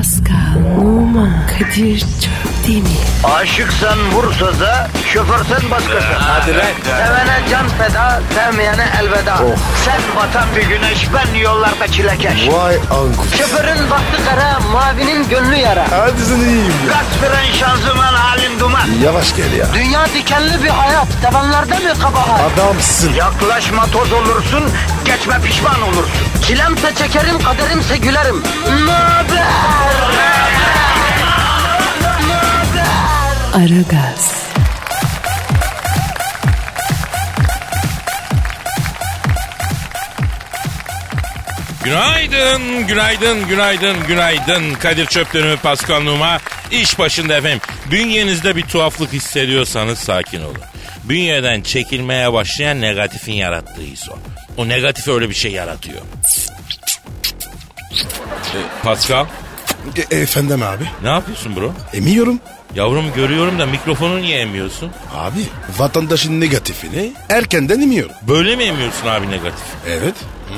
Pascal, Oman, Kadir çok değil mi? Aşıksan vursa da, şoförsen başkasın. Hadi lan. Sevene can feda, sevmeyene elveda. Sen batan bir güneş, ben yollarda çilekeş. Vay anku. Şoförün baktı kara, mavinin gönlü yara. Hadi sen iyiyim ya. Kasperen şanzıman halin duman. Yavaş gel ya. Dünya dikenli bir hayat, sevenlerde mi kabahar? Adamsın. Yaklaşma toz olursun, geçme pişman olursun. Çilemse çekerim, kaderimse gülerim. Möber! Aragaz. Günaydın, günaydın, günaydın, günaydın. Kadir Çöpdemir, Pascal Numa iş başında efendim. Bünyenizde bir tuhaflık hissediyorsanız sakin olun. Bünyeden çekilmeye başlayan negatifin yarattığı his o. O negatif öyle bir şey yaratıyor. Pascal, Efendim abi. ne yapıyorsun bro? Emiyorum. Yavrum görüyorum da mikrofonu niye emiyorsun? Abi vatandaşın negatifini erkenden emiyorum. Böyle mi emiyorsun abi negatif? Evet.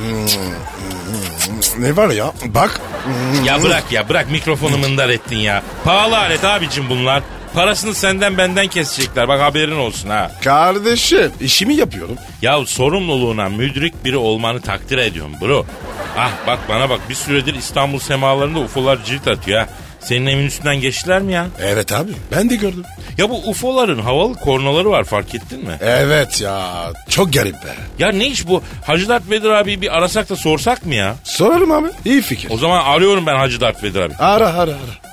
Ne var ya? Bak. Ya bırak mikrofonu mındar ettin ya. Pahalı alet abicim bunlar. Parasını senden benden kesecekler, bak haberin olsun ha. Kardeşim işimi yapıyorum. Ya sorumluluğuna müdrik biri olmanı takdir ediyorum bro. Ah bak bana bak, bir süredir İstanbul semalarında UFO'lar cirit atıyor ha. Senin evin üstünden geçtiler mi ya? Evet abi ben de gördüm. Ya bu UFO'ların havalı kornaları var, fark ettin mi? Evet ya çok garip be. Ya ne iş bu? Hacı Dert Vedir abi bir arasak da sorsak mı ya? Sorarım abi, iyi fikir. O zaman arıyorum ben Hacı Dert Vedir abi. Ara.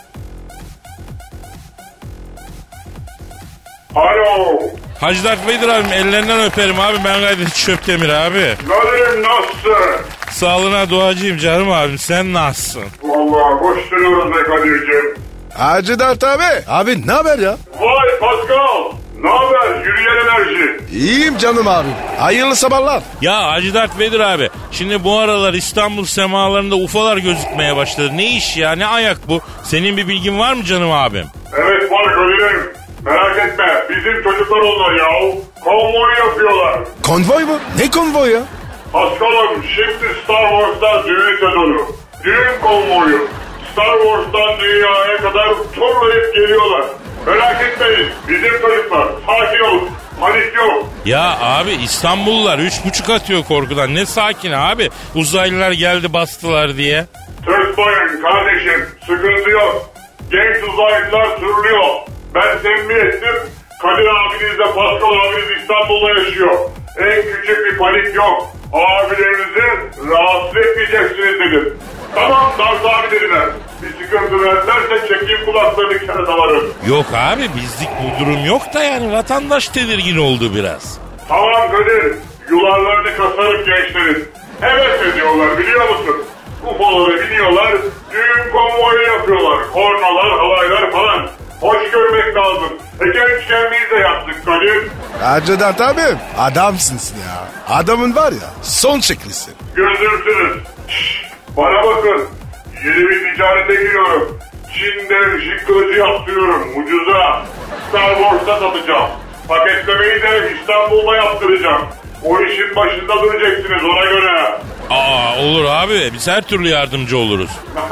Alo. Hacı Dert Vedir abim, ellerinden öperim abi, ben Kadir Çöpdemir abi. Kadir'im nasılsın? Sağlığına duacıyım canım abim, sen nasılsın? Vallahi boş duruyoruz be Kadir'cim. Hacı Dert abi. Abi ne haber ya? Vay Pascal. Ne haber? Yürüyen enerji. İyiyim canım abi. Hayırlı sabahlar. Ya Hacı Dert Vedir abi, şimdi bu aralar İstanbul semalarında UFO'lar gözükmeye başladı. Ne iş ya, ne ayak bu? Senin bir bilgin var mı canım abim? Evet var Kadir'im. Merak etme. Bizim çocuklar onlar ya. Konvoy yapıyorlar. Konvoy mu? Ne konvoy ya? Pascal'ım şimdi Star Wars'tan düğün sezonu. Düğün konvoyu. Star Wars'tan dünyaya kadar turlayıp geliyorlar. Merak etmeyin. Bizim çocuklar. Sakin olun. Panik yok. Ya abi İstanbullular 3,5 atıyor korkudan. Ne sakin abi. Uzaylılar geldi bastılar diye. Tırsmayın kardeşim. Sıkıntı yok. Genç uzaylılar turluyor. Ben temin ettim. Kadir abinizle Pascal abiniz İstanbul'da yaşıyor. En küçük bir panik yok. Abilerinizi rahatsız etmeyeceksiniz dedim. Tamam Dars abi dediler. Bir sıkıntı verdilerse çekeyim kulaklarını keratalarım. Yok abi, bizlik bu durum yok da yani vatandaş tedirgin oldu biraz. Tamam Kadir. Yularlarını kasarım gençlerin. Heves ediyorlar biliyor musun? UFO'ları biniyorlar. Düğün konvoyu yapıyorlar. Kornalar, halaylar falan. Hoş görmek lazım. Gençken biz de yaptık Kadir. Hacı Dert abi. Adamsın ya. Adamın var ya son şeklisin. Gözümsünüz. Bana bakın. Yeni bir ticarete giriyorum. Çin'de ışık kılıcı yaptırıyorum. Ucuza. Star Wars'ta satacağım. Paketlemeyi de İstanbul'da yaptıracağım. O işin başında duracaksınız ona göre. Aa olur abi, biz her türlü yardımcı oluruz.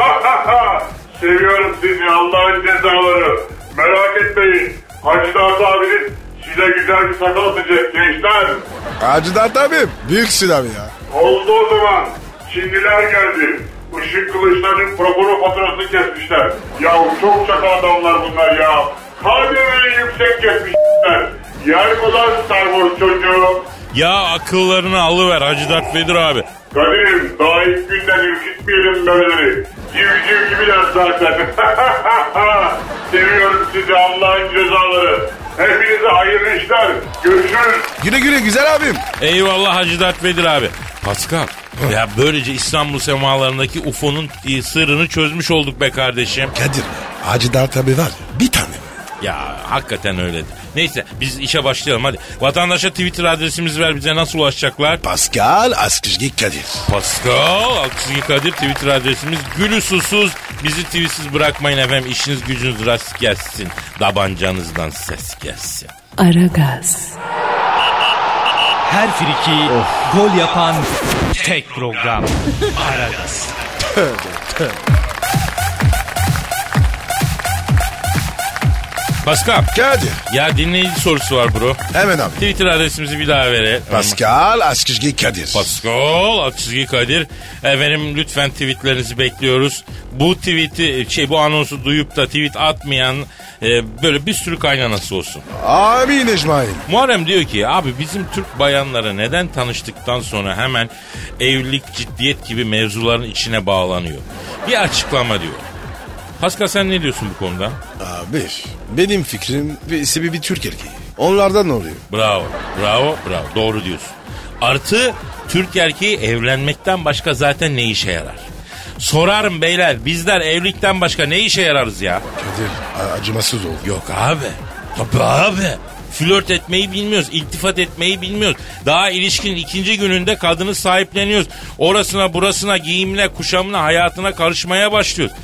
Seviyorum sizi Allah'ın cezaları. Merak etmeyin. Hacı Dert abiniz size güzel bir sakal atacak gençler. Hacı Dert abi büyüksün abi ya. Oldu o zaman. Çinliler geldi. Işık kılıçlarının proporo faturasını kesmişler. Ya çok çakal adamlar bunlar ya. Kalbini yüksek kesmişler. Yer kadar Star Wars çocuğu. Ya akıllarını alıver Hacı Dert Vedir abi. Kadir'im daha ilk günden ürkütmeyelim böyleleri. Civciv gibiler zaten. Seviyorum sizi Allah'ın cezaları. Hepinize hayırlı işler. Görüşürüz. Güle güle güzel abim. Eyvallah Hacı Dert Vedir abi. Pascal, ya böylece İstanbul semalarındaki UFO'nun sırrını çözmüş olduk be kardeşim. Kadir Hacı Dert abi var ya bir tane. Ya hakikaten öyledir. Neyse biz işe başlayalım hadi. Vatandaşa Twitter adresimizi ver, bize nasıl ulaşacaklar? Pascal Askışgi Kadir. Pascal Askışgi Kadir Twitter adresimiz. Gülü susuz bizi tweetsiz bırakmayın efendim. İşiniz gücünüz rast gelsin. Tabancanızdan ses gelsin. Aragaz. Her friki gol yapan tek program. Aragaz. Pascal. Kadir. Ya dinleyici sorusu var bro. Hemen abi. Twitter adresimizi bir daha verelim. Pascal Askışgi Kadir. Pascal Askışgi Kadir. Efendim lütfen tweetlerinizi bekliyoruz. Bu tweet'i bu anonsu duyup da tweet atmayan böyle bir sürü kaynanası olsun. Amin ecmaîn. Muharrem diyor ki abi bizim Türk bayanları neden tanıştıktan sonra hemen evlilik, ciddiyet gibi mevzuların içine bağlanıyor? Bir açıklama diyor. Pascal sen ne diyorsun bu konuda? Abi benim fikrim sebebi Türk erkeği. Onlardan ne oluyor? Bravo, bravo, bravo. Doğru diyorsun. Artı Türk erkeği evlenmekten başka zaten ne işe yarar? Sorarım beyler, bizler evlilikten başka ne işe yararız ya? Kadir acımasız oldu. Yok abi. Tabii abi. Flört etmeyi bilmiyoruz, iltifat etmeyi bilmiyoruz. Daha ilişkinin 2. gününde kadını sahipleniyoruz. Orasına burasına, giyimine, kuşamına, hayatına karışmaya başlıyoruz.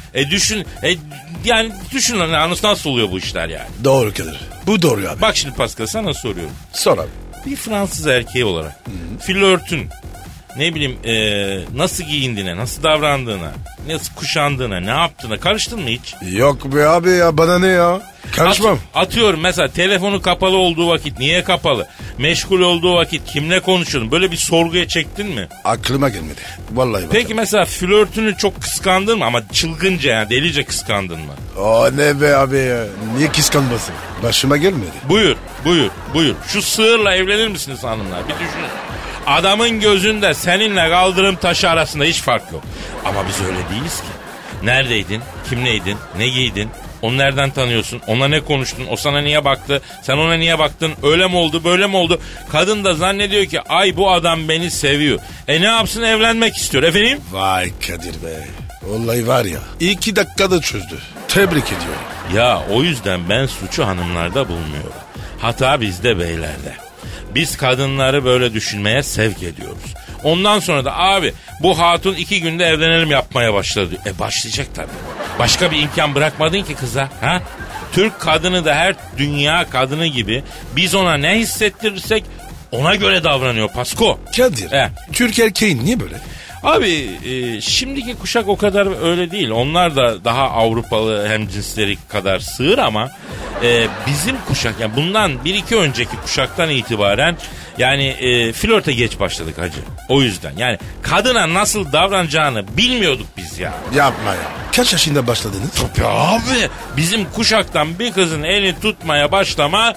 Düşün nasıl oluyor bu işler yani. Doğru Kadir. Bu doğru abi. Bak şimdi Pascal sana soruyorum. Sor abi. Bir Fransız erkeği olarak flörtün ne bileyim nasıl giyindiğine, nasıl davrandığına, nasıl kuşandığına, ne yaptığına karıştın mı hiç? Yok be abi ya, bana ne ya? Karışmam. Atıyorum mesela telefonu kapalı olduğu vakit niye kapalı? Meşgul olduğu vakit kimle konuşuyordun? Böyle bir sorguya çektin mi? Aklıma gelmedi. Vallahi bak. Peki mesela flörtünü çok kıskandın mı ama çılgınca yani delice kıskandın mı? O ne be abi ya? Niye kıskanmasın? Başıma gelmedi. Buyur. Şu sığırla evlenir misiniz hanımlar? Bir düşünün. Adamın gözünde seninle kaldırım taşı arasında hiç fark yok. Ama biz öyle değiliz ki. Neredeydin? Kimleydin? Ne giydin? Onu nereden tanıyorsun? Ona ne konuştun? O sana niye baktı? Sen ona niye baktın? Öyle mi oldu? Böyle mi oldu? Kadın da zannediyor ki ay bu adam beni seviyor. Ne yapsın? Evlenmek istiyor. Efendim? Vay Kadir be. Vallahi var ya 2 dakikada çözdü. Tebrik ediyorum. Ya o yüzden ben suçu hanımlarda bulmuyorum. Hata bizde beylerde. Biz kadınları böyle düşünmeye sevk ediyoruz. Ondan sonra da abi bu hatun 2 günde evlenelim yapmaya başladı. Başlayacak tabii. Başka bir imkan bırakmadın ki kıza. Ha? Türk kadını da her dünya kadını gibi biz ona ne hissettirirsek ona göre davranıyor Pasko. Kadir, Türk erkeği niye böyle? Abi şimdiki kuşak o kadar öyle değil. Onlar da daha Avrupalı hemcinsleri kadar sığır ama bizim kuşak yani bundan 1-2 önceki kuşaktan itibaren yani flörte geç başladık hacı. O yüzden yani kadına nasıl davranacağını bilmiyorduk biz ya. Yapma ya. Kaç yaşında başladınız? Tabii abi. Bizim kuşaktan bir kızın elini tutmaya başlama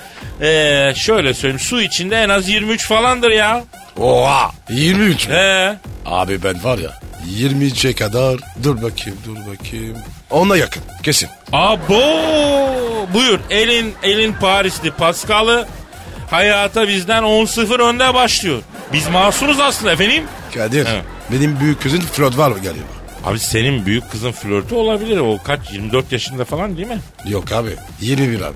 şöyle söyleyeyim su içinde en az 23 falandır ya. Oha 23 mü? Abi ben var ya 23'e kadar dur bakayım. Ona yakın kesin. Abo buyur elin Parisli Pascal'ı hayata bizden 10-0 önde başlıyor. Biz masumuz aslında efendim. Kadir benim büyük kızın flört var galiba. Abi senin büyük kızın flörtü olabilir. O kaç 24 yaşında falan değil mi? Yok abi 21 abi.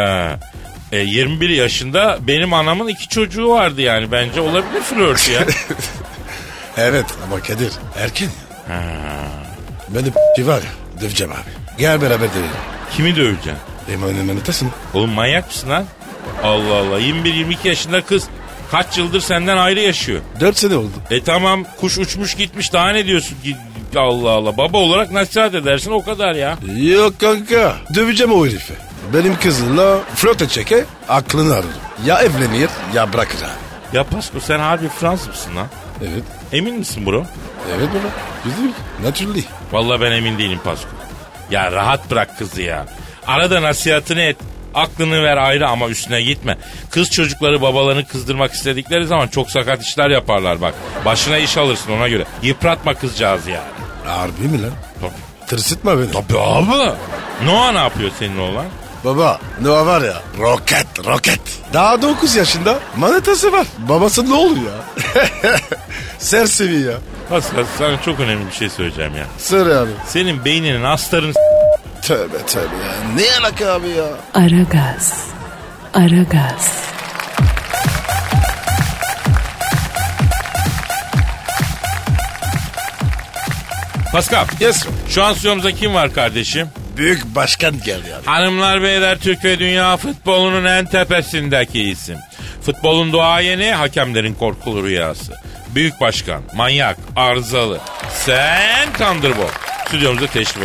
21 yaşında benim anamın 2 çocuğu vardı yani. Bence olabilir flört ya. Evet ama Kadir erken ya. Benim var ya döveceğim abi. Gel beraber dövelim. Kimi döveceksin? Manitasın. Oğlum manyak mısın lan? Allah Allah 21-22 yaşında kız. Kaç yıldır senden ayrı yaşıyor. 4 sene oldu. Tamam kuş uçmuş gitmiş daha ne diyorsun? Allah Allah baba olarak nasihat edersin o kadar ya. Yok kanka döveceğim o herifi. Benim kızımla flört edecek aklını ararım. Ya evlenir ya bırakır abi. Ya Pasko sen harbi Fransız mısın lan? Evet. Emin misin bro? Evet baba. Yüzde naturally. Vallahi ben emin değilim Pasko. Ya rahat bırak kızı ya. Arada nasihatini et. Aklını ver ayrı ama üstüne gitme. Kız çocukları babalarını kızdırmak istedikleri zaman çok sakat işler yaparlar bak. Başına iş alırsın ona göre. Yıpratma kızcağızı yani. Harbi mi lan? Tabii. Tırsıtma beni. Tabii abi. Noah ne yapıyor senin oğlan? Baba Noah var ya roket. Daha 9 yaşında manetası var. Babası ne oluyor ya? Sersemi ya. Pascal sana çok önemli bir şey söyleyeceğim ya. Söyle abi. Senin beyninin astarını Tövbe ya. Ne alaka abi ya? Aragaz. Pascal. Yes. Şu an stüdyomuzda kim var kardeşim? Büyük başkan geldi abi. Hanımlar beyler Türk ve dünya futbolunun en tepesindeki isim. Futbolun duayeni, hakemlerin korkulu rüyası. Büyük başkan, manyak, arızalı. Sen Thunderbolt. Stüdyomuza teşrif edin.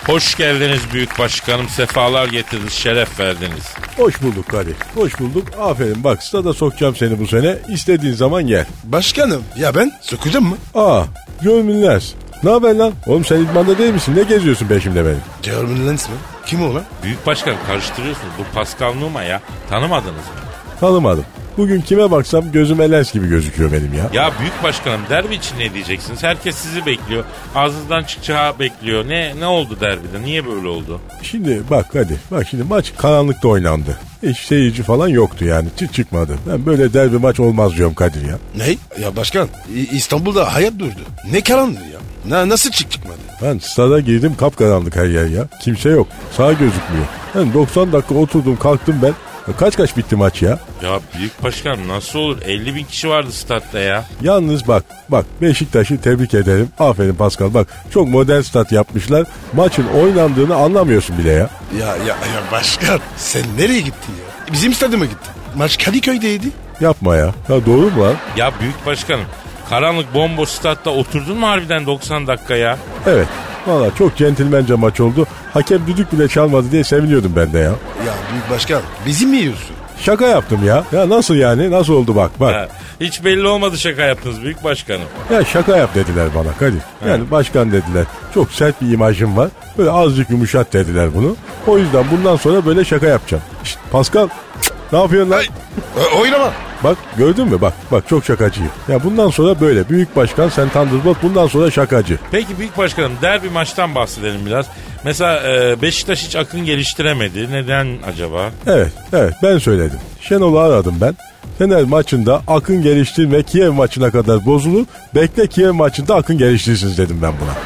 Hoş geldiniz büyük başkanım. Sefalar getirdiniz, şeref verdiniz. Hoş bulduk Kadir. Hoş bulduk. Aferin bak stada sokacağım seni bu sene. İstediğin zaman gel. Başkanım ya ben sokacağım mı? Görmünler. Ne haber lan? Oğlum sen idmanda değil misin? Ne geziyorsun peşimde benim? German Lens mi? Kim o lan? Büyük başkanım karıştırıyorsunuz. Bu Pascal Numa ya. Tanımadınız mı? Tanımadım. Bugün kime baksam gözüme lens gibi gözüküyor benim ya. Ya büyük başkanım derbi için ne diyeceksiniz? Herkes sizi bekliyor. Ağzınızdan çıkacağı bekliyor. Ne oldu derbide? Niye böyle oldu? Şimdi bak Kadir. Bak şimdi maç karanlıkta oynandı. Hiç seyirci falan yoktu yani. Çıkmadı. Ben böyle derbi maç olmaz diyorum Kadir ya. Ne? Ya başkan İstanbul'da hayat durdu. Ne karanlığı ya? Nasıl çıkmadı? Ben stada girdim kapkaranlık her yer ya. Kimse yok. Sağ gözükmüyor. Ben 90 dakika oturdum kalktım ben. Kaç bitti maç ya? Ya büyük başkanım nasıl olur? 50 bin kişi vardı statta ya. Yalnız bak Beşiktaş'ı tebrik ederim. Aferin Pascal bak çok modern stat yapmışlar. Maçın oynandığını anlamıyorsun bile ya. Ya başkan sen nereye gittin ya? Bizim stadyuma gittin. Maç Kadıköy'deydi. Yapma ya. Ya doğru mu lan? Ya büyük başkanım karanlık bomboş statta oturdun mu harbiden 90 dakika ya? Evet. Valla çok centilmence maç oldu. Hakem düdük bile çalmadı diye seviniyordum ben de ya. Ya büyük başkan bizi mi yiyorsun? Şaka yaptım ya. Ya nasıl yani? Nasıl oldu bak. Ha, hiç belli olmadı şaka yaptınız büyük başkanım. Ya şaka yap dediler bana Kadir. Yani başkan dediler. Çok sert bir imajım var. Böyle azıcık yumuşat dediler bunu. O yüzden bundan sonra böyle şaka yapacağım. Şişt, Pascal ne yapıyorsun lan? Oynama. Bak gördün mü? Bak çok şakacıyım. Ya bundan sonra böyle. Büyük başkan sen Thunderbolt bundan sonra şakacı. Peki büyük başkanım derbi maçtan bahsedelim biraz. Mesela Beşiktaş hiç akın geliştiremedi. Neden acaba? Evet ben söyledim. Şenol'u aradım ben. Fener maçında akın geliştirme Kiev maçına kadar bozulur. Bekle Kiev maçında akın geliştirirsiniz dedim ben buna.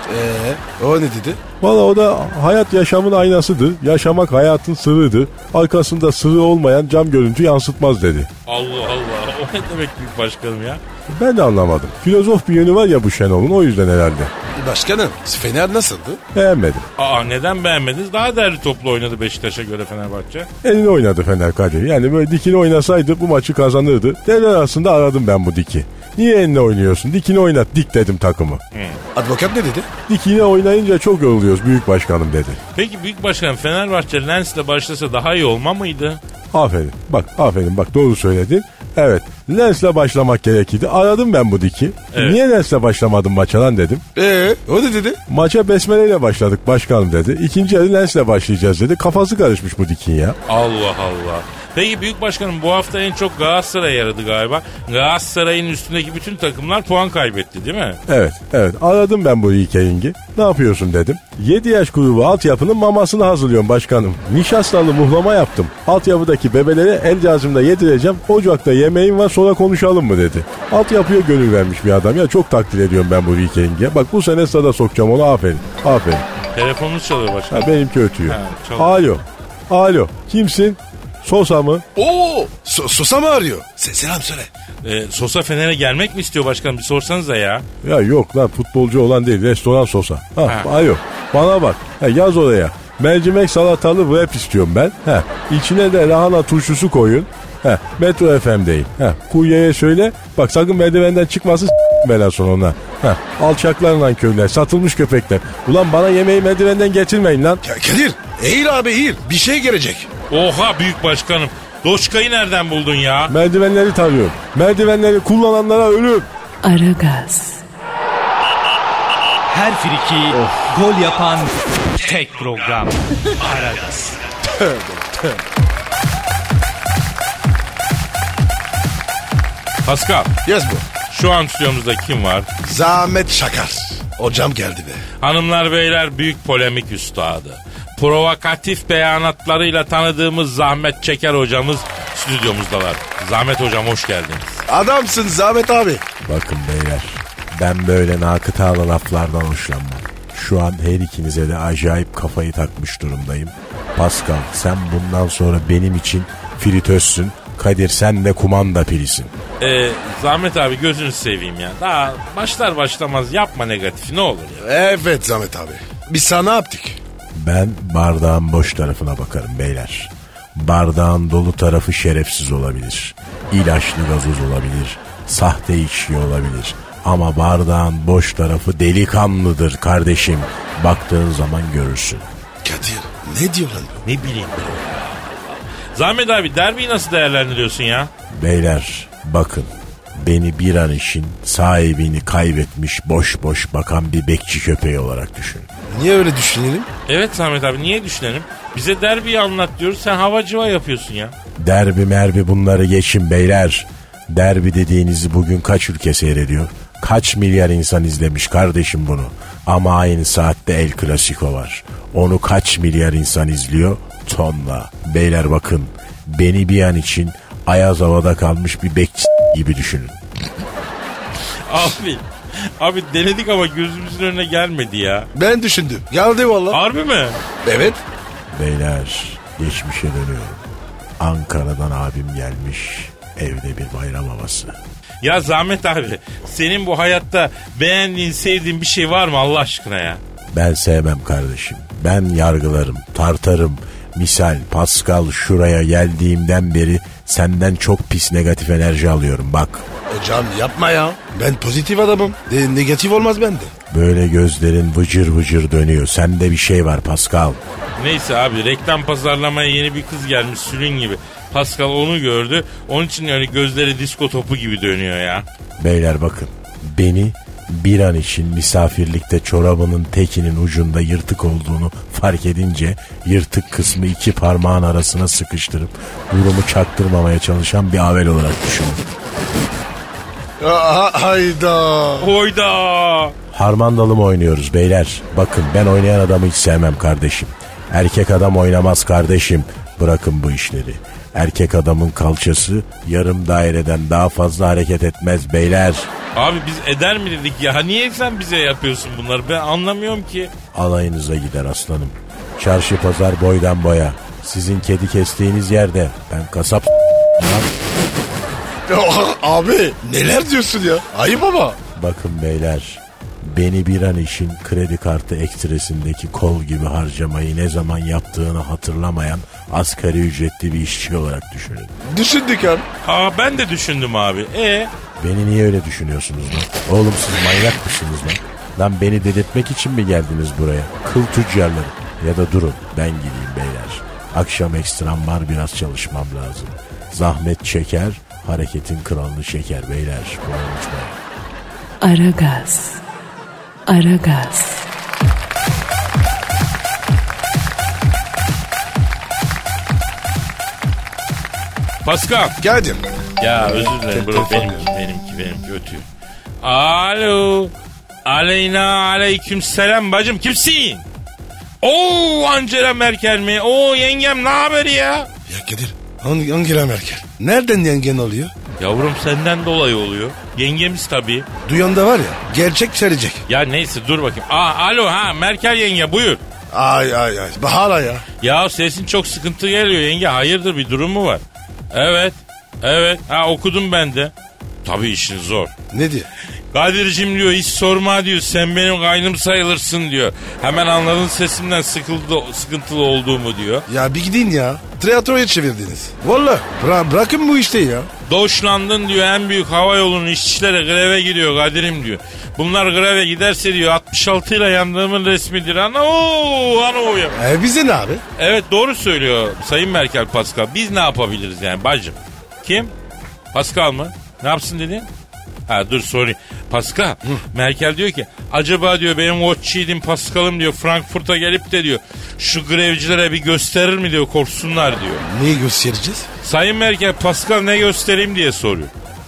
O ne dedi? Valla o da hayat yaşamın aynasıdır. Yaşamak hayatın sırrıdır. Arkasında sırrı olmayan cam görüntü yansıtmaz dedi. Allah Allah o ne demek büyük başkanım ya? Ben de anlamadım. Filozof bir yönü var ya bu Şenol'un o yüzden herhalde. Başkanım Fener nasıldı? Beğenmedim. Neden beğenmediniz? Daha değerli toplu oynadı Beşiktaş'a göre Fenerbahçe. Elini oynadı Fener Kadir. Yani böyle dikini oynasaydı bu maçı kazanırdı. Devre arasında aradım ben bu diki. Niye eline oynuyorsun? Dikini oynat. Dik dedim takımı. Advokat ne dedi? Dikine oynayınca çok yoruluyoruz büyük başkanım dedi. Peki büyük başkanım Fenerbahçe Lens'le başlasa daha iyi olma mıydı? Aferin bak doğru söyledin. Evet Lens'le başlamak gerekirdi. Aradım ben bu diki. Evet. Niye Lens'le başlamadın maça lan dedim. O ne dedi? Maça besmeleyle başladık başkanım dedi. İkinci yarı Lens'le başlayacağız dedi. Kafası karışmış bu dikin ya. Allah Allah. Peki büyük başkanım bu hafta en çok Galatasaray yaradı galiba. Galatasaray'ın üstündeki bütün takımlar puan kaybetti değil mi? Evet aradım ben bu Ikering'i. Ne yapıyorsun dedim. 7 yaş grubu altyapının mamasını hazırlıyorum başkanım. Nişastalı muhlama yaptım. Altyapıdaki bebelere el cazımda yedireceğim. Ocakta yemeğim var sonra konuşalım mı dedi. Altyapıya gönül vermiş bir adam ya çok takdir ediyorum ben bu Ikering'e. Bak bu sene stada sokacağım onu aferin. Telefonunuz çalıyor başkanım. Benimki ötüyor. Alo kimsin? Sosa mı? Sosa mı arıyor? Selam söyle. Sosa Fener'e gelmek mi istiyor başkanım? Bir sorsanıza ya. Ya yok lan futbolcu olan değil restoran Sosa. Alo bana bak yaz oraya. Mercimek salatalı wrap istiyorum ben. İçine de lahana turşusu koyun. Metro FM'deyim. Kuryeye söyle. Bak sakın merdivenden çıkmasın ben sonra ona. Alçaklar lan köyler. Satılmış köpekler. Ulan bana yemeği merdivenden getirmeyin lan. Kadir eğil abi eğil. Bir şey gelecek. Oha büyük başkanım. Doçkayı nereden buldun ya? Merdivenleri tarıyorum. Merdivenleri kullananlara ölüm. Aragaz. Her friki gol yapan tek program. Aragaz. Pascal. Yes bu. Şu an stüdyomuzda kim var? Zahmet Şakar. Hocam geldi be. Hanımlar beyler büyük polemik üstadı. Provokatif beyanatlarıyla tanıdığımız Zahmet Çeker hocamız stüdyomuzdalar. Zahmet hocam hoş geldiniz. Adamsın Zahmet abi. Bakın beyler ben böyle nakıtalı laflardan hoşlanmam. Şu an her ikinize de acayip kafayı takmış durumdayım. Pascal sen bundan sonra benim için fritözsün. Kadir sen de kumanda pilisin. Zahmet abi gözünü seveyim ya. Daha başlar başlamaz yapma negatifi ne olur ya. Evet Zahmet abi. Biz sana yaptık. Ben bardağın boş tarafına bakarım beyler. Bardağın dolu tarafı şerefsiz olabilir. İlaçlı gazoz olabilir. Sahte içki olabilir. Ama bardağın boş tarafı delikanlıdır kardeşim. Baktığın zaman görürsün. Kadir ne diyor lan? Ne bileyim ben ya. Zahmet abi derbiyi nasıl değerlendiriyorsun ya? Beyler bakın, beni bir an için sahibini kaybetmiş boş boş bakan bir bekçi köpeği olarak düşünün. Niye öyle düşünelim? Evet Zahmet abi niye düşünelim? Bize derbiyi anlat diyoruz, sen havacıva yapıyorsun ya. Derbi merbi bunları geçin beyler. Derbi dediğinizi bugün kaç ülke seyrediyor? Kaç milyar insan izlemiş kardeşim bunu? Ama aynı saatte El Clasico var. Onu kaç milyar insan izliyor? Tonla. Beyler bakın, beni bir an için ayaz havada kalmış bir bekçi gibi düşünün. Abi denedik ama gözümüzün önüne gelmedi ya. Ben düşündüm. Geldi vallahi. Harbi mi? Evet. Beyler geçmişe dönüyorum. Ankara'dan abim gelmiş. Evde bir bayram havası. Ya Zahmet abi senin bu hayatta beğendiğin sevdiğin bir şey var mı Allah aşkına ya? Ben sevmem kardeşim. Ben yargılarım, tartarım. Misal Pascal, şuraya geldiğimden beri senden çok pis negatif enerji alıyorum bak. Hocam yapma ya. Ben pozitif adamım. Negatif olmaz bende. Böyle gözlerin vıcır vıcır dönüyor. Sende bir şey var Pascal. Neyse abi reklam pazarlamaya yeni bir kız gelmiş sülün gibi. Pascal onu gördü. Onun için yani gözleri disko topu gibi dönüyor ya. Beyler bakın, beni bir an için misafirlikte çorabının tekinin ucunda yırtık olduğunu fark edince yırtık kısmı iki parmağın arasına sıkıştırıp durumu çaktırmamaya çalışan bir avel olarak düşünün. Hayda. Hoyda. Harmandalı mı oynuyoruz beyler? Bakın ben oynayan adamı hiç sevmem kardeşim. Erkek adam oynamaz kardeşim. Bırakın bu işleri. Erkek adamın kalçası yarım daireden daha fazla hareket etmez beyler. Abi biz eder mi dedik ya? Niye sen bize yapıyorsun bunları? Ben anlamıyorum ki. Alayınıza gider aslanım. Çarşı pazar boydan boya. Sizin kedi kestiğiniz yerde ben kasap Abi neler diyorsun ya? Ayıp ama. Bakın beyler, beni bir an için kredi kartı ekstresindeki kol gibi harcamayı ne zaman yaptığını hatırlamayan asgari ücretli bir işçi olarak düşünün. Düşündük abi. Ha ben de düşündüm abi. Beni niye öyle düşünüyorsunuz lan? Oğlum siz manyak mısınız lan? Lan beni dedirtmek için mi geldiniz buraya? Kıl tüccarları. Ya da durun ben gideyim beyler. Akşam ekstram var, biraz çalışmam lazım. Zahmet çeker, hareketin kralını çeker beyler. Bunu unutmayın. Aragaz. Aragaz. Pascal. Geldim. Ya özür dilerim bro, benimki ötüyor. Alo. Aleyna aleyküm selam bacım, kimsin? Oo Angela Merkel mi? Oo yengem ne haber ya? Ya Kadir Angela Merkel. Nereden yengen oluyor? Yavrum senden dolayı oluyor. Yengemiz tabii. Duyan da var ya gerçek söyleyecek. Ya neyse dur bakayım. Alo Merkel yenge buyur. Ay Bahara ya. Ya sesin çok sıkıntı geliyor yenge, hayırdır bir durum mu var? Evet okudum ben de. Tabii işin zor. Ne diyor? Kadir'cim diyor hiç sorma diyor, sen benim kaynım sayılırsın diyor. Hemen anladın sesimden sıkıntılı olduğumu diyor. Ya bir gidin ya. Tiyatroya çevirdiniz. Vallahi bırakın bu işte ya. Doğuşlandın diyor, en büyük hava yolunun işçileri greve gidiyor Kadir'im diyor. Bunlar greve giderse diyor 66 ile yandığımın resmidir. Ana ya. Bize ne abi? Evet doğru söylüyor Sayın Merkel Pascal. Biz ne yapabiliriz yani bacım? Kim? Pascal mı? Ne yapsın dedin? Dur sorry. Pascal. Merkel diyor ki acaba diyor benim watch'iydim Pascal'ım diyor Frankfurt'a gelip de diyor şu grevcilere bir gösterir mi diyor, korksunlar diyor. Neyi göstereceğiz? Sayın Merkel Pascal ne göstereyim diye soruyor.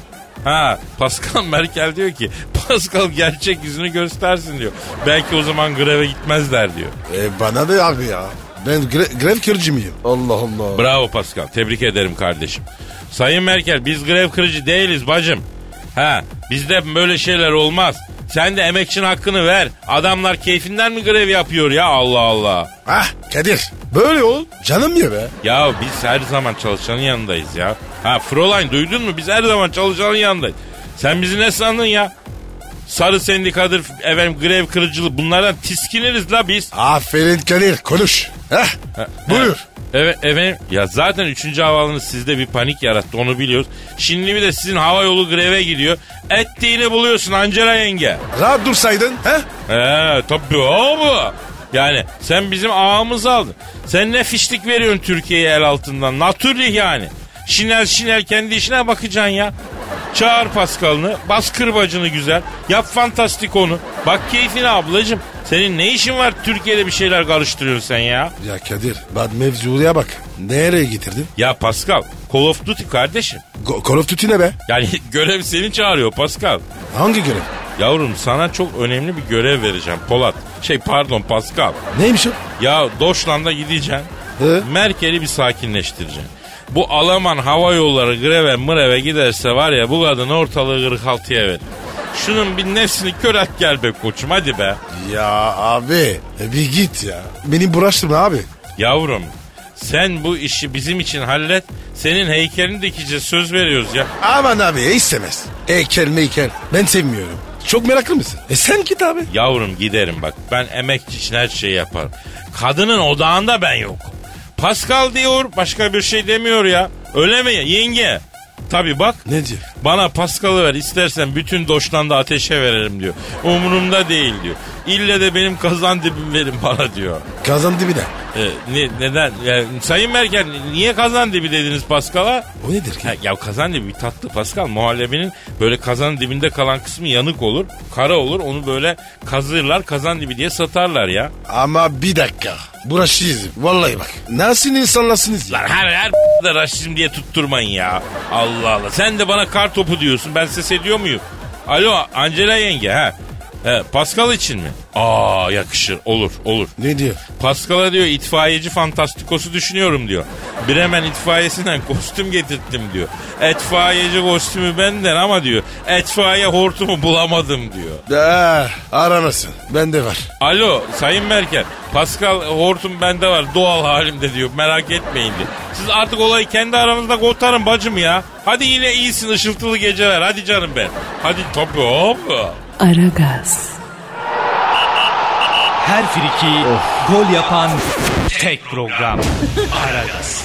Pascal Merkel diyor ki Pascal gerçek yüzünü göstersin diyor. Belki o zaman greve gitmezler diyor. Bana da abi ya. Ben grev kırıcı mıyım? Allah Allah. Bravo Pascal, tebrik ederim kardeşim. Sayın Merkel biz grev kırıcı değiliz bacım. Bizde böyle şeyler olmaz. Sen de emekçinin hakkını ver. Adamlar keyfinden mi grev yapıyor ya, Allah Allah. Kadir böyle ol canım ya be. Ya biz her zaman çalışanın yanındayız ya. Fräulein duydun mu, biz her zaman çalışanın yanındayız. Sen bizi ne sandın ya? Sarı sendikadır efendim, grev kırıcılığı, bunlardan tiskiniriz la biz. Aferin Kadir, konuş. Buyur. Evet efendim, ya zaten 3. havaalanı sizde bir panik yarattı, onu biliyoruz. Şimdi bir de sizin hava yolu greve gidiyor. Ettiğini buluyorsun Angela yenge. Rahat dursaydın. Tabii abi. Yani sen bizim ağımızı aldın. Sen ne fişlik veriyorsun Türkiye'ye el altından? Natürlih yani. Şinel kendi işine bakacaksın ya. Çağır Pascal'ını, bas kırbacını güzel. Yap fantastik onu. Bak keyfine ablacığım. Senin ne işin var Türkiye'de bir şeyler karıştırıyorsun sen ya? Ya Kadir bak mevzuya bak. Nereye getirdin? Ya Pascal, Call of Duty kardeşim. Call of Duty ne be? Yani görev seni çağırıyor Pascal. Hangi görev? Yavrum sana çok önemli bir görev vereceğim Polat. Pascal. Neymiş o? Ya Deutschland'a gideceksin. He? Merkel'i bir sakinleştireceksin. Bu Alman hava yolları greve mıreve giderse var ya bu kadın ortalığı 46'ya verir. Şunun bir nefsini kör et gel be koçum hadi be. Ya abi bir git ya. Beni bulaştırma abi. Yavrum sen bu işi bizim için hallet. Senin heykelini dikeceğiz söz veriyoruz ya. Aman abi istemez. Heykel. Ben sevmiyorum. Çok meraklı mısın? Sen git abi. Yavrum giderim bak. Ben emekçi için her şeyi yaparım. Kadının odağında ben yokum. Pascal diyor başka bir şey demiyor ya. Öyle mi yenge? Tabii bak. Ne diyor? Bana Pascal'ı ver istersen bütün Deutschland'ı ateşe verelim diyor. Umurumda değil diyor. İlle de benim kazan dibim verin bana diyor. Kazan dibi de. Neden? Sayın Merkel niye kazan dibi dediniz Pascal'a? O nedir ki? Ya kazan dibi bir tatlı Pascal. Muhallebinin böyle kazanın dibinde kalan kısmı yanık olur. Kara olur onu böyle kazırlar kazan dibi diye satarlar ya. Ama bir dakika. Bu raşizm. Vallahi bak. Nasıl insanlarsınız ya? Lan her da raşizm diye tutturmayın ya. Allah Allah. Sen de bana kar topu diyorsun. Ben ses ediyor muyum? Alo Angela yenge ha. Pascal için mi? Yakışır. Olur. Ne diyor? Pascal'a diyor itfaiyeci fantastikosu düşünüyorum diyor. Bremen itfaiyesinden kostüm getirttim diyor. Etfaiyeci kostümü benden ama diyor. Etfaiye hortumu bulamadım diyor. Aramasın. Bende var. Alo Sayın Merkel. Pascal hortum bende var doğal halimde diyor. Merak etmeyin diyor. Siz artık olayı kendi aranızda kotarın bacım ya. Hadi yine iyisin ışıltılı geceler. Hadi canım ben. Hadi topu hop. Aragaz. Her friki gol yapan tek program. Aragaz.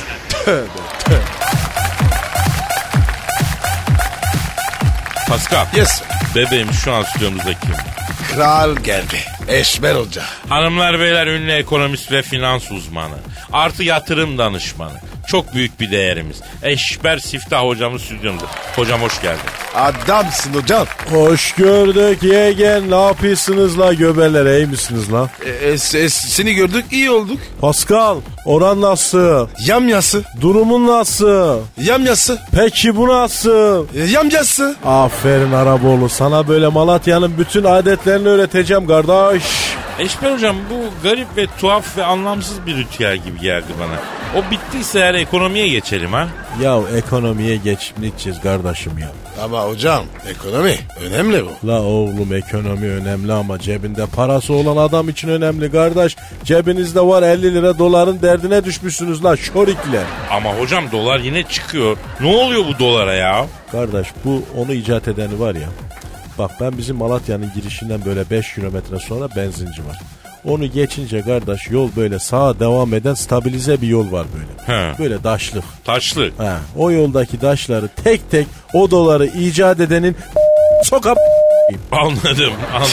Pascal. Yes. Bebeğim şu an stüdyomuzda kim? Kral geldi. Eşber Hoca. Hanımlar beyler ünlü ekonomist ve finans uzmanı. Artı yatırım danışmanı. Çok büyük bir değerimiz. Eşber Siftah hocamız stüdyomuzda. Hocam hoş geldin. Adamsın hocam. Hoş gördük yegen. Ne yapıyorsunuz la göbeler, iyi misiniz la? Seni gördük iyi olduk. Pascal, oran nasıl? Yamyası. Durumun nasıl? Yamyası. Peki bu nasıl? Yamyası. Aferin Araboğlu, sana böyle Malatya'nın bütün adetlerini öğreteceğim kardeş. Eşber hocam bu garip ve tuhaf ve anlamsız bir ritüel gibi geldi bana. O bittiyse eğer ekonomiye geçelim ha. Ya ekonomiye geçmeyeceğiz kardeşim ya. Ama hocam ekonomi önemli bu. La oğlum ekonomi önemli ama cebinde parası olan adam için önemli kardeş. Cebinizde var 50 lira doların derdine düşmüşsünüz la şorikler. Ama hocam dolar yine çıkıyor. Ne oluyor bu dolara ya? Kardeş bu onu icat edeni var ya. Bak ben bizim Malatya'nın girişinden böyle 5 kilometre sonra benzinci var. Onu geçince kardeş yol böyle sağa devam eden stabilize bir yol var böyle. He. Böyle daşlık. Taşlı. O yoldaki daşları tek tek o doları icat edenin sokak. Anladım.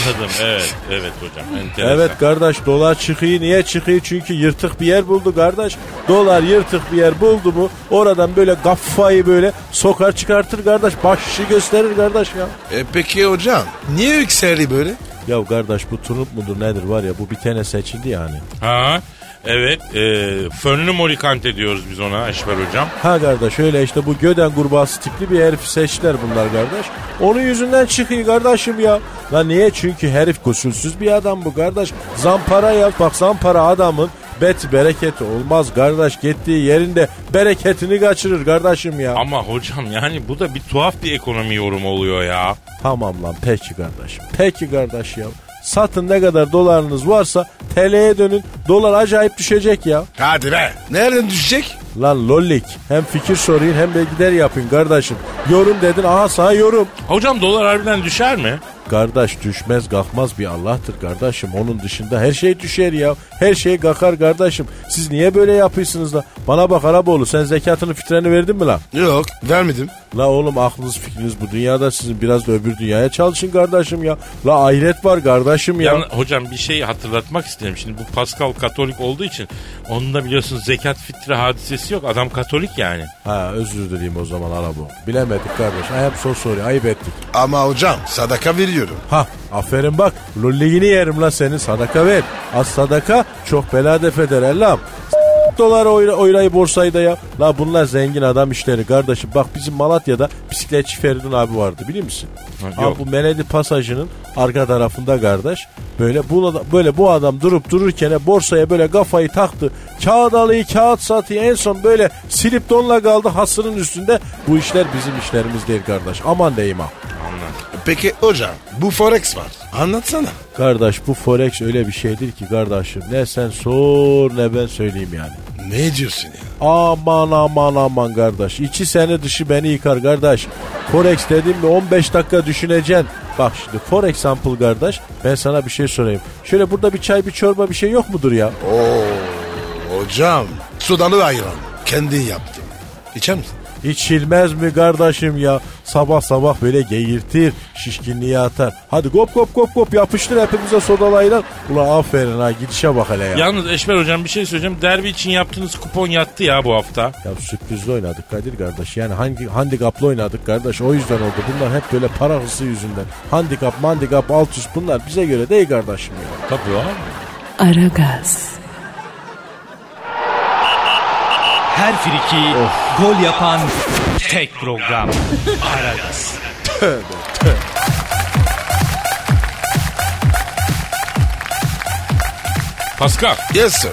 Evet hocam. Enteresan. Evet kardeş dolar çıkıyor. Niye çıkıyor? Çünkü yırtık bir yer buldu kardeş. Dolar yırtık bir yer buldu mu oradan böyle kafayı böyle sokar çıkartır kardeş. Başı gösterir kardeş ya. Peki hocam niye yükseldi böyle? Ya kardeş bu Trump mudur nedir var ya bu bir tane seçildi yani. Ha evet fönlü morikante diyoruz biz ona Eşber hocam. Ha kardeş öyle işte bu göden kurbağası tipli bir herif seçtiler bunlar kardeş. Onun yüzünden çıkıyor kardeşim ya. Lan niye? Çünkü herif kusursuz bir adam bu kardeş. Zampara yap bak zampara adamın bereketi olmaz kardeş. Gittiği yerinde bereketini kaçırır kardeşim ya. Ama hocam yani bu da bir tuhaf bir ekonomi yorumu oluyor ya. Tamam lan peki kardeşim. Peki kardeş ya. Satın ne kadar dolarınız varsa TL'ye dönün. Dolar acayip düşecek ya. Hadi be. Nereden düşecek? Lan lollik. Hem fikir sorayım hem de gider yapın kardeşim. Yorum dedin aha sana yorum. Hocam dolar harbiden düşer mi? Kardeş düşmez kalkmaz bir Allah'tır kardeşim. Onun dışında her şey düşer ya. Her şey kalkar kardeşim. Siz niye böyle yapıyorsunuz da? Bana bak Araboğlu sen zekatını fitreni verdin mi lan? Yok vermedim. La oğlum aklınız fikriniz bu dünyada sizin, biraz da öbür dünyaya çalışın kardeşim ya. La ahiret var kardeşim ya. Hocam bir şey hatırlatmak isterim. Şimdi bu Pascal Katolik olduğu için onun da biliyorsunuz zekat fitre hadisesi yok. Adam Katolik yani. Ha özür dileyim o zaman bu. Bilemedik kardeş. I am so sorry. Ayıp ettik. Ama hocam sadaka veriyorum. Ha aferin bak. Lolliğini yerim la senin, sadaka ver. Az sadaka çok bela def eder Allah'ım. Dolar oyrayı borsayı da ya. La bunlar zengin adam işleri kardeşim. Bak bizim Malatya'da bisikletçi Feridun abi vardı biliyor musun? Abi bu Meledi pasajının arka tarafında kardeş. Böyle bu adam durup dururken borsaya böyle kafayı taktı. Kağıt alıyı kağıt satıyor. En son böyle silip donla kaldı hasırın üstünde. Bu işler bizim işlerimiz değil kardeş. Aman diyeyim ha. Peki hocam bu forex var. Anlatsana. Kardeş bu forex öyle bir şeydir ki kardeşim. Ne sen sor ne ben söyleyeyim yani. Ne diyorsun ya? Aman kardeş. İçi seni dışı beni yıkar kardeş. Forex dedim mi 15 dakika düşüneceksin. Bak şimdi for example kardeş, ben sana bir şey sorayım. Şöyle burada bir çay bir çorba bir şey yok mudur ya? Oo hocam sudalı ayran kendin yaptım. İçer misin? İçilmez mi kardeşim ya? Sabah sabah böyle geğirtir, şişkinliği atar. Hadi kop yapıştır hepimize sodalı ayran. Ulan aferin ha, gidişe bak hele ya. Yalnız Eşber hocam bir şey söyleyeceğim. Derbi için yaptığınız kupon yattı ya bu hafta. Ya sürprizli oynadık Kadir kardeş. Yani handikaplı oynadık kardeş. O yüzden oldu. Bunlar hep böyle para hırsı yüzünden. Handikap, alt üst bunlar bize göre değil kardeşim ya. Tabii abi. Aragaz. Her friki gol yapan tek program. Aragaz. Tövbe. Pascal. Yes sir.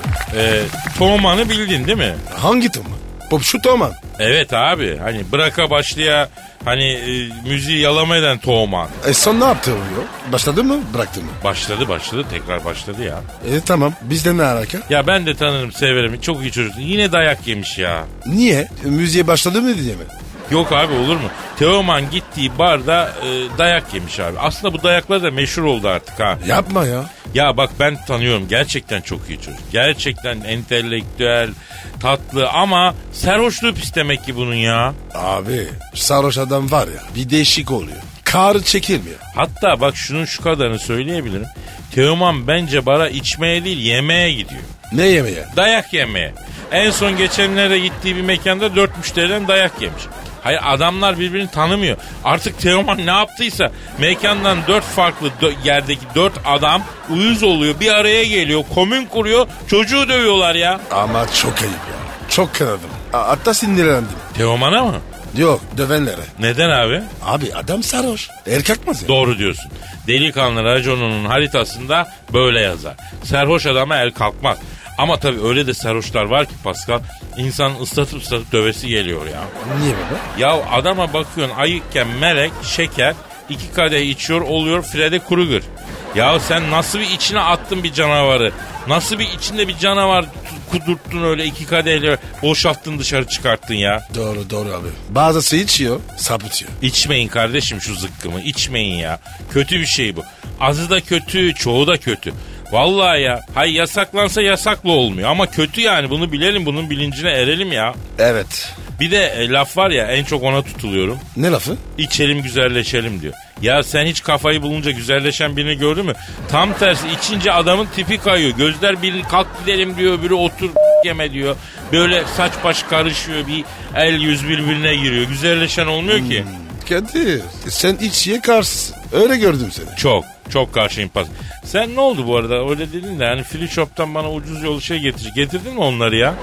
Toman'ı bildin değil mi? Hangi Toman? Popşu Toman. Evet abi. Hani bıraka başlaya hani müziği yalama eden Toman. Son ne yaptı oluyor? Başladı mı bıraktı mı? Başladı. Tekrar başladı ya. Tamam. Bizde ne alaka? Ya ben de tanırım, severim. Çok iyi çocuk. Yine dayak yemiş ya. Niye? Müziğe başladı mı diye mi? Yok abi, olur mu? Teoman gittiği barda dayak yemiş abi. Aslında bu dayaklar da meşhur oldu artık ha. Yapma ya. Ya bak ben tanıyorum, gerçekten çok iyi çocuk. Gerçekten entelektüel, tatlı ama sarhoşluğu pis demek ki bunun ya. Abi sarhoş adam var ya bir değişik oluyor. Karı çekilmiyor. Hatta bak şunun şu kadarını söyleyebilirim. Teoman bence bara içmeye değil yemeğe gidiyor. Ne yemeğe? Dayak yemeye. En son geçenlerde gittiği bir mekanda 4 müşteriden dayak yemiş. Hayır, adamlar birbirini tanımıyor. Artık Teoman ne yaptıysa mekandan 4 farklı yerdeki 4 adam uyuz oluyor. Bir araya geliyor, komün kuruyor, çocuğu dövüyorlar ya. Ama çok ayıp ya. Çok kınadım. Hatta sinirlendim. Teoman'a mı? Yok, dövenlere. Neden abi? Abi adam sarhoş. El kalkmaz ya. Doğru diyorsun. Delikanlı raconunun haritasında böyle yazar. Sarhoş adama el kalkmaz. Ama tabii öyle de sarhoşlar var ki Pascal, insanın ıslatıp dövesi geliyor ya. Niye baba? Ya adama bakıyorsun ayıkken melek, şeker, 2 kadeh içiyor oluyor Freddy Krueger. Ya sen nasıl bir içine attın bir canavarı? Nasıl bir içinde bir canavar kudurttun öyle 2 kadehle boşalttın dışarı çıkarttın ya? Doğru abi. Bazısı içiyor, sapıtıyor. İçmeyin kardeşim şu zıkkımı, içmeyin ya. Kötü bir şey bu. Azı da kötü, çoğu da kötü. Vallahi ya. Hay yasaklansa yasaklı olmuyor. Ama kötü yani, bunu bilelim, bunun bilincine erelim ya. Evet. Bir de laf var ya, en çok ona tutuluyorum. Ne lafı? İçelim güzelleşelim diyor. Ya sen hiç kafayı bulunca güzelleşen birini gördün mü? Tam tersi, içince adamın tipi kayıyor. Gözler biri kalk gidelim diyor, öbürü otur yeme diyor. Böyle saç baş karışıyor, bir el yüz birbirine giriyor. Güzelleşen olmuyor ki. Kadir sen içkiye karşısın. Öyle gördüm seni. Çok karşıyım pas. Sen ne oldu bu arada? Öyle dedin de hani free shop'tan bana ucuz yolu şey getirdin mi onları ya?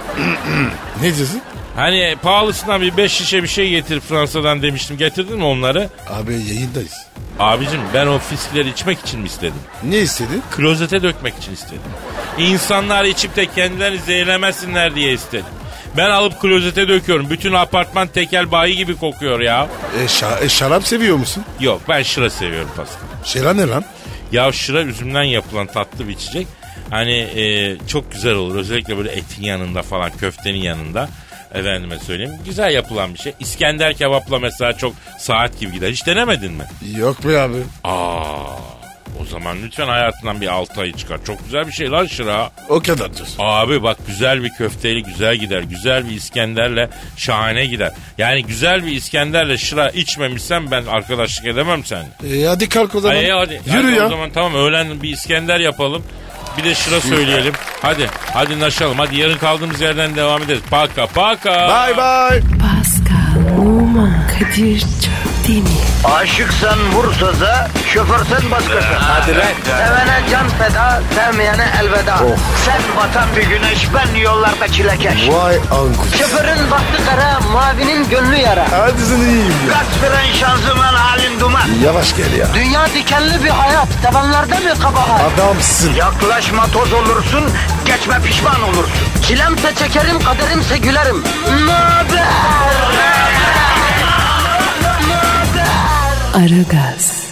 Ne diyorsun? Hani pahalısından bir 5 şişe bir şey getir Fransa'dan demiştim. Getirdin mi onları? Abi yayındayız. Abicim ben o fiskleri içmek için mi istedim? Ne istedin? Klozete dökmek için istedim. İnsanlar içip de kendilerini zehirlemesinler diye istedim. Ben alıp klozete döküyorum. Bütün apartman tekel bayi gibi kokuyor ya. Şarap seviyor musun? Yok, ben şıra seviyorum Pascal. Şıra ne lan? Ya şıra üzümden yapılan tatlı bir içecek. Hani çok güzel olur. Özellikle böyle etin yanında falan, köftenin yanında. Efendime söyleyeyim. Güzel yapılan bir şey. İskender kebapla mesela çok saat gibi gider. Hiç denemedin mi? Yok be abi. O zaman. Lütfen hayatından bir 6 ayı çıkar. Çok güzel bir şey lan şıra. O kadar diyorsun. Abi bak güzel bir köfteli güzel gider. Güzel bir İskender'le şahane gider. Yani güzel bir İskender'le şıra içmemişsem ben arkadaşlık edemem seninle. Hadi kalk o zaman. Hadi. Yürü ya. O zaman tamam öğlen bir İskender yapalım. Bir de şıra söyleyelim. Hadi naşalım. Hadi yarın kaldığımız yerden devam ederiz. Paka. Bye bye. Pascal, Oman, Kadir çok değil mi? Aşıksan vursa da, şoförsen başkasın. Hadi lan. Sevene can feda, sevmeyene elveda. Sen batan bir güneş, ben yollarda çilekeş. Vay anku. Şoförün baktı kara, mavinin gönlü yara. Hadi sen iyiyim ya. Kasperen şanzıman halin duman. Yavaş gel ya. Dünya dikenli bir hayat, sevenlerde mi kabahar? Adamsın. Yaklaşma toz olursun, geçme pişman olursun. Çilemse çekerim, kaderimse gülerim. Möber! Aragaz.